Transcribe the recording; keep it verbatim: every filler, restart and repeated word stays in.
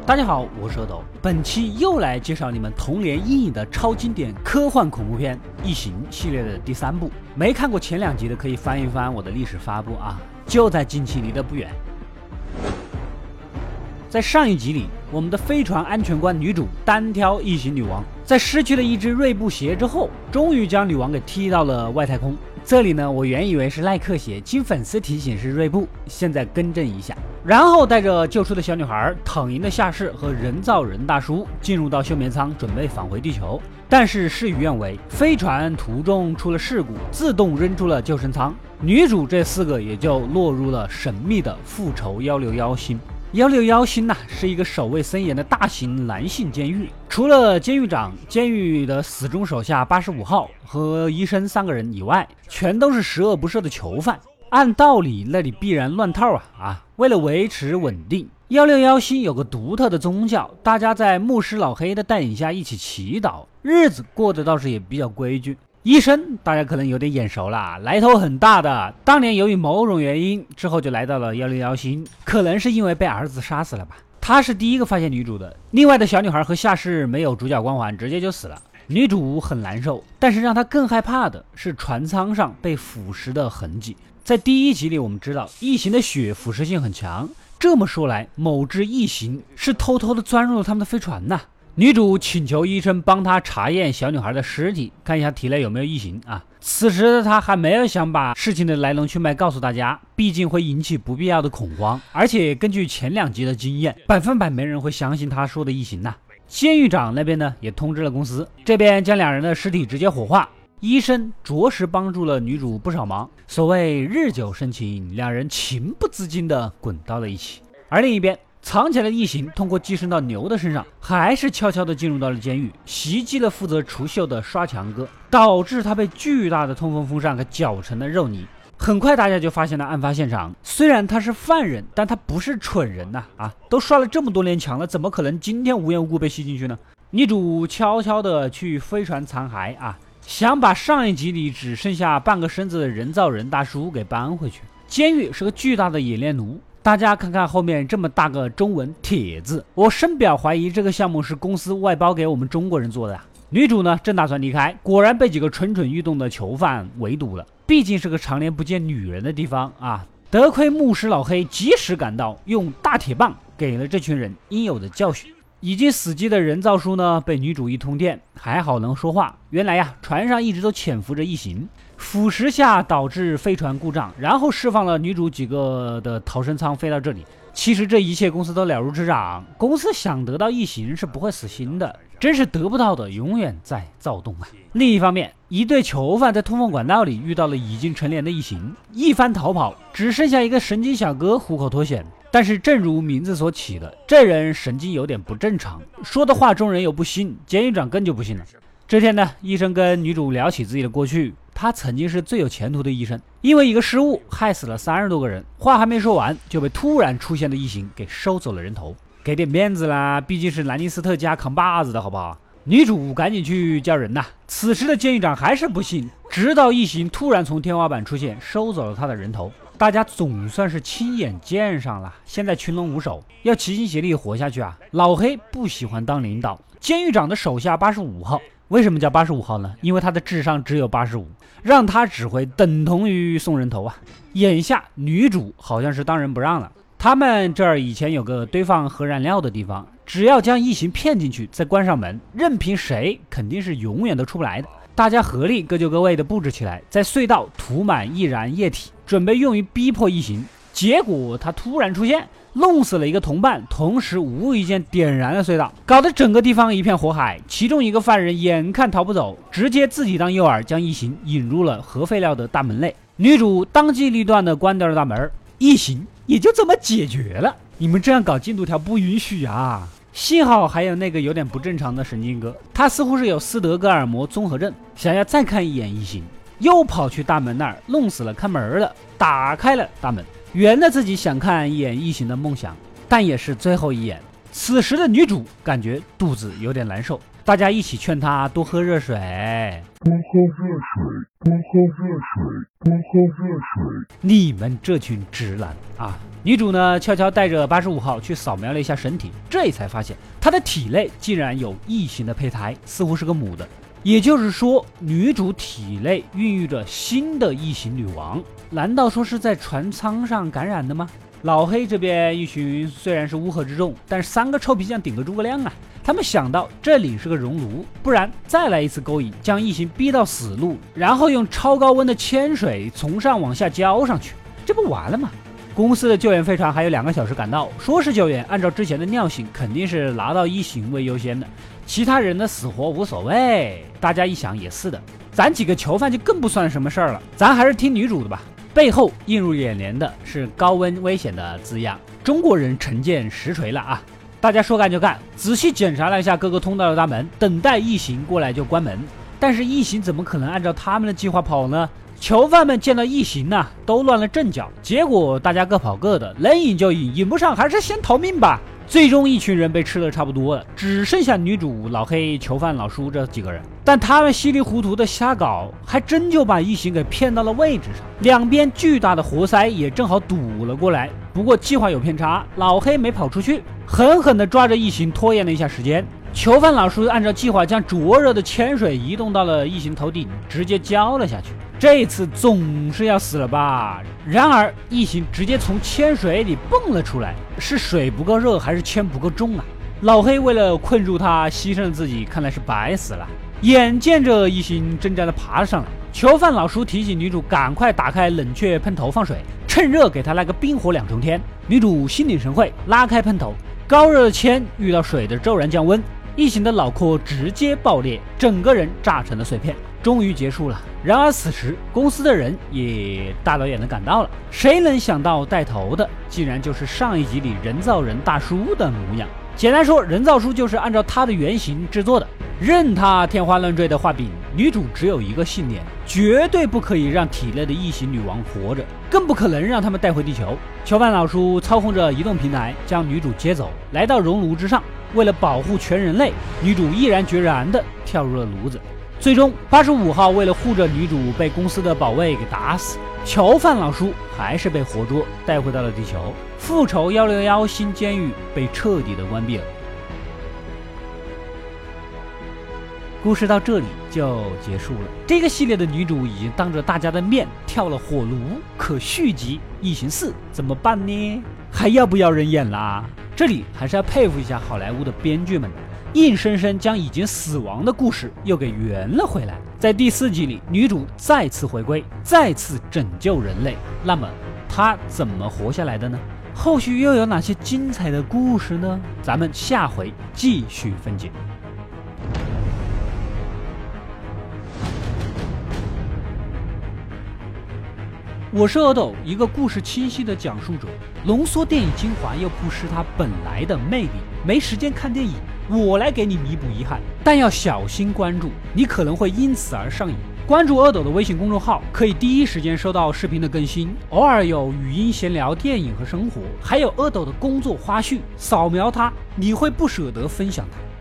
大家好，我是阿斗，本期又来介绍你们童年阴影的超经典科幻恐怖片《异形》系列的第三部。没看过前两集的可以翻一翻我的历史发布啊，就在近期离得不远。在上一集里，我们的飞船安全官女主单挑异形女王，在失去了一只锐步鞋之后，终于将女王给踢到了外太空。这里呢，我原以为是耐克鞋，经粉丝提醒是锐步，现在更正一下。然后带着救出的小女孩、躺赢的下士和人造人大叔进入到休眠舱，准备返回地球。但是事与愿违，飞船途中出了事故，自动扔出了救生舱，女主这四个也就落入了神秘的复仇一六一星。一六一星呐、啊，是一个守卫森严的大型男性监狱，除了监狱长、监狱的死忠手下八十五号和医生三个人以外，全都是十恶不赦的囚犯。按道理那里必然乱套啊啊！为了维持稳定，一六一星有个独特的宗教，大家在牧师老黑的带领下一起祈祷，日子过得倒是也比较规矩。医生大家可能有点眼熟了，来头很大的，当年由于某种原因之后就来到了一六一星，可能是因为被儿子杀死了吧。他是第一个发现女主的，另外的小女孩和夏士没有主角光环，直接就死了。女主很难受，但是让她更害怕的是船舱上被腐蚀的痕迹。在第一集里我们知道异形的血腐蚀性很强，这么说来某只异形是偷偷的钻入了他们的飞船呐、啊。女主请求医生帮她查验小女孩的尸体，看一下体内有没有异形啊。此时的她还没有想把事情的来龙去脉告诉大家，毕竟会引起不必要的恐慌，而且根据前两集的经验，百分百没人会相信她说的异形呐、啊。监狱长那边呢也通知了公司，这边将两人的尸体直接火化。医生着实帮助了女主不少忙，所谓日久生情，两人情不自禁地滚到了一起。而另一边，藏起来的异形通过寄生到牛的身上，还是悄悄地进入到了监狱，袭击了负责除锈的刷墙哥，导致他被巨大的通风风扇给搅成了肉泥。很快大家就发现了案发现场，虽然他是犯人，但他不是蠢人呐、啊！啊，都刷了这么多年墙了，怎么可能今天无缘无故被吸进去呢？女主悄悄地去飞船残骸啊，想把上一集里只剩下半个身子的人造人大叔给搬回去。监狱是个巨大的冶炼炉，大家看看后面这么大个中文铁字，我深表怀疑这个项目是公司外包给我们中国人做的、啊。女主呢正打算离开，果然被几个蠢蠢欲动的囚犯围堵了。毕竟是个常年不见女人的地方啊，得亏牧师老黑及时赶到，用大铁棒给了这群人应有的教训。已经死机的人造叔呢被女主一通电，还好能说话。原来呀，船上一直都潜伏着异形，腐蚀下导致飞船故障，然后释放了女主几个的逃生舱飞到这里。其实这一切公司都了如指掌，公司想得到异形是不会死心的，真是得不到的永远在躁动啊。另一方面，一对囚犯在通风管道里遇到了已经成年的异形，一番逃跑，只剩下一个神经小哥虎口脱险。但是正如名字所起的，这人神经有点不正常，说的话中人又不信，监狱长更就不信了。这天呢，医生跟女主聊起自己的过去，他曾经是最有前途的医生，因为一个失误害死了三十多个人，话还没说完就被突然出现的异形给收走了人头，给点面子啦，毕竟是兰尼斯特家扛把子的好不好？女主赶紧去叫人呐、啊，此时的监狱长还是不信，直到异形突然从天花板出现，收走了他的人头。大家总算是亲眼见上了，现在群龙无首，要齐心协力活下去啊！老黑不喜欢当领导，监狱长的手下八十五号，为什么叫八十五号呢？因为他的智商只有八十五，让他指挥等同于送人头啊！眼下女主好像是当仁不让了，他们这儿以前有个堆放核燃料的地方，只要将异形骗进去，再关上门，任凭谁肯定是永远都出不来的。大家合力各就各位的布置起来，在隧道涂满易燃液体，准备用于逼迫异形。结果他突然出现，弄死了一个同伴，同时无意间点燃了隧道，搞得整个地方一片火海。其中一个犯人眼看逃不走，直接自己当诱饵，将异形引入了核废料的大门内。女主当机立断地关掉了大门，异形也就这么解决了。你们这样搞进度条不允许啊！幸好还有那个有点不正常的神经哥，他似乎是有斯德哥尔摩综合症，想要再看一眼异形，又跑去大门那儿弄死了看门的，打开了大门，圆了自己想看一眼异形的梦想，但也是最后一眼。此时的女主感觉肚子有点难受， 大家一起劝她多喝热水， 多喝热水，多喝热水，多喝热水。 你们这群直男啊！女主呢，悄悄带着八十五号去扫描了一下身体，这才发现她的体内竟然有异形的胚胎，似乎是个母的。也就是说，女主体内孕育着新的异形女王，难道说是在船舱上感染的吗？老黑这边一群虽然是乌合之众，但是三个臭皮匠顶个诸葛亮啊！他们想到这里是个熔炉，不然再来一次勾引，将异形逼到死路，然后用超高温的铅水从上往下浇上去，这不完了吗？公司的救援飞船还有两个小时赶到，说是救援，按照之前的尿性，肯定是拿到异形为优先的，其他人的死活无所谓。大家一想也是的，咱几个囚犯就更不算什么事儿了，咱还是听女主的吧。背后映入眼帘的是高温危险的字样，中国人成见实锤了啊！大家说干就干，仔细检查了一下各个通道的大门，等待异形过来就关门。但是异形怎么可能按照他们的计划跑呢？囚犯们见到异形呢、啊，都乱了阵脚，结果大家各跑各的，能引就引，引不上还是先逃命吧。最终一群人被吃的差不多了，只剩下女主、老黑、囚犯老叔这几个人，但他们稀里糊涂的瞎搞，还真就把异形给骗到了位置上，两边巨大的活塞也正好堵了过来。不过计划有偏差，老黑没跑出去，狠狠地抓着异形拖延了一下时间。囚犯老叔按照计划将灼热的铅水移动到了异形头顶，直接浇了下去。这次总是要死了吧？然而异形直接从铅水里蹦了出来，是水不够热还是铅不够重啊？老黑为了困住他，牺牲了自己，看来是白死了。眼见着异形挣扎的爬上来，囚犯老叔提醒女主赶快打开冷却喷头放水，趁热给他来个冰火两重天。女主心领神会，拉开喷头，高热的铅遇到水的骤然降温，异形的脑壳直接爆裂，整个人炸成了碎片，终于结束了。然而此时公司的人也大老远的赶到了，谁能想到带头的竟然就是上一集里人造人大叔的模样。简单说，人造书就是按照他的原型制作的，任他天花乱坠的画饼。女主只有一个信念，绝对不可以让体内的异形女王活着，更不可能让他们带回地球。囚犯老叔操控着移动平台将女主接走，来到熔炉之上，为了保护全人类，女主毅然决然地跳入了炉子。最终八十五号为了护着女主被公司的保卫给打死，囚犯老叔还是被活捉带回到了地球。复仇一六一新监狱被彻底的关闭了。故事到这里就结束了。这个系列的女主已经当着大家的面跳了火炉，可续集异形四怎么办呢？还要不要人演啦？这里还是要佩服一下好莱坞的编剧们的，硬生生将已经死亡的故事又给圆了回来。在第四集里，女主再次回归，再次拯救人类。那么她怎么活下来的呢？后续又有哪些精彩的故事呢？咱们下回继续分解。我是阿斗，一个故事清晰的讲述者，浓缩电影精华又不失它本来的魅力。没时间看电影，我来给你弥补遗憾，但要小心关注，你可能会因此而上瘾。关注阿斗的微信公众号，可以第一时间收到视频的更新，偶尔有语音闲聊电影和生活，还有阿斗的工作花絮，扫描它，你会不舍得分享它。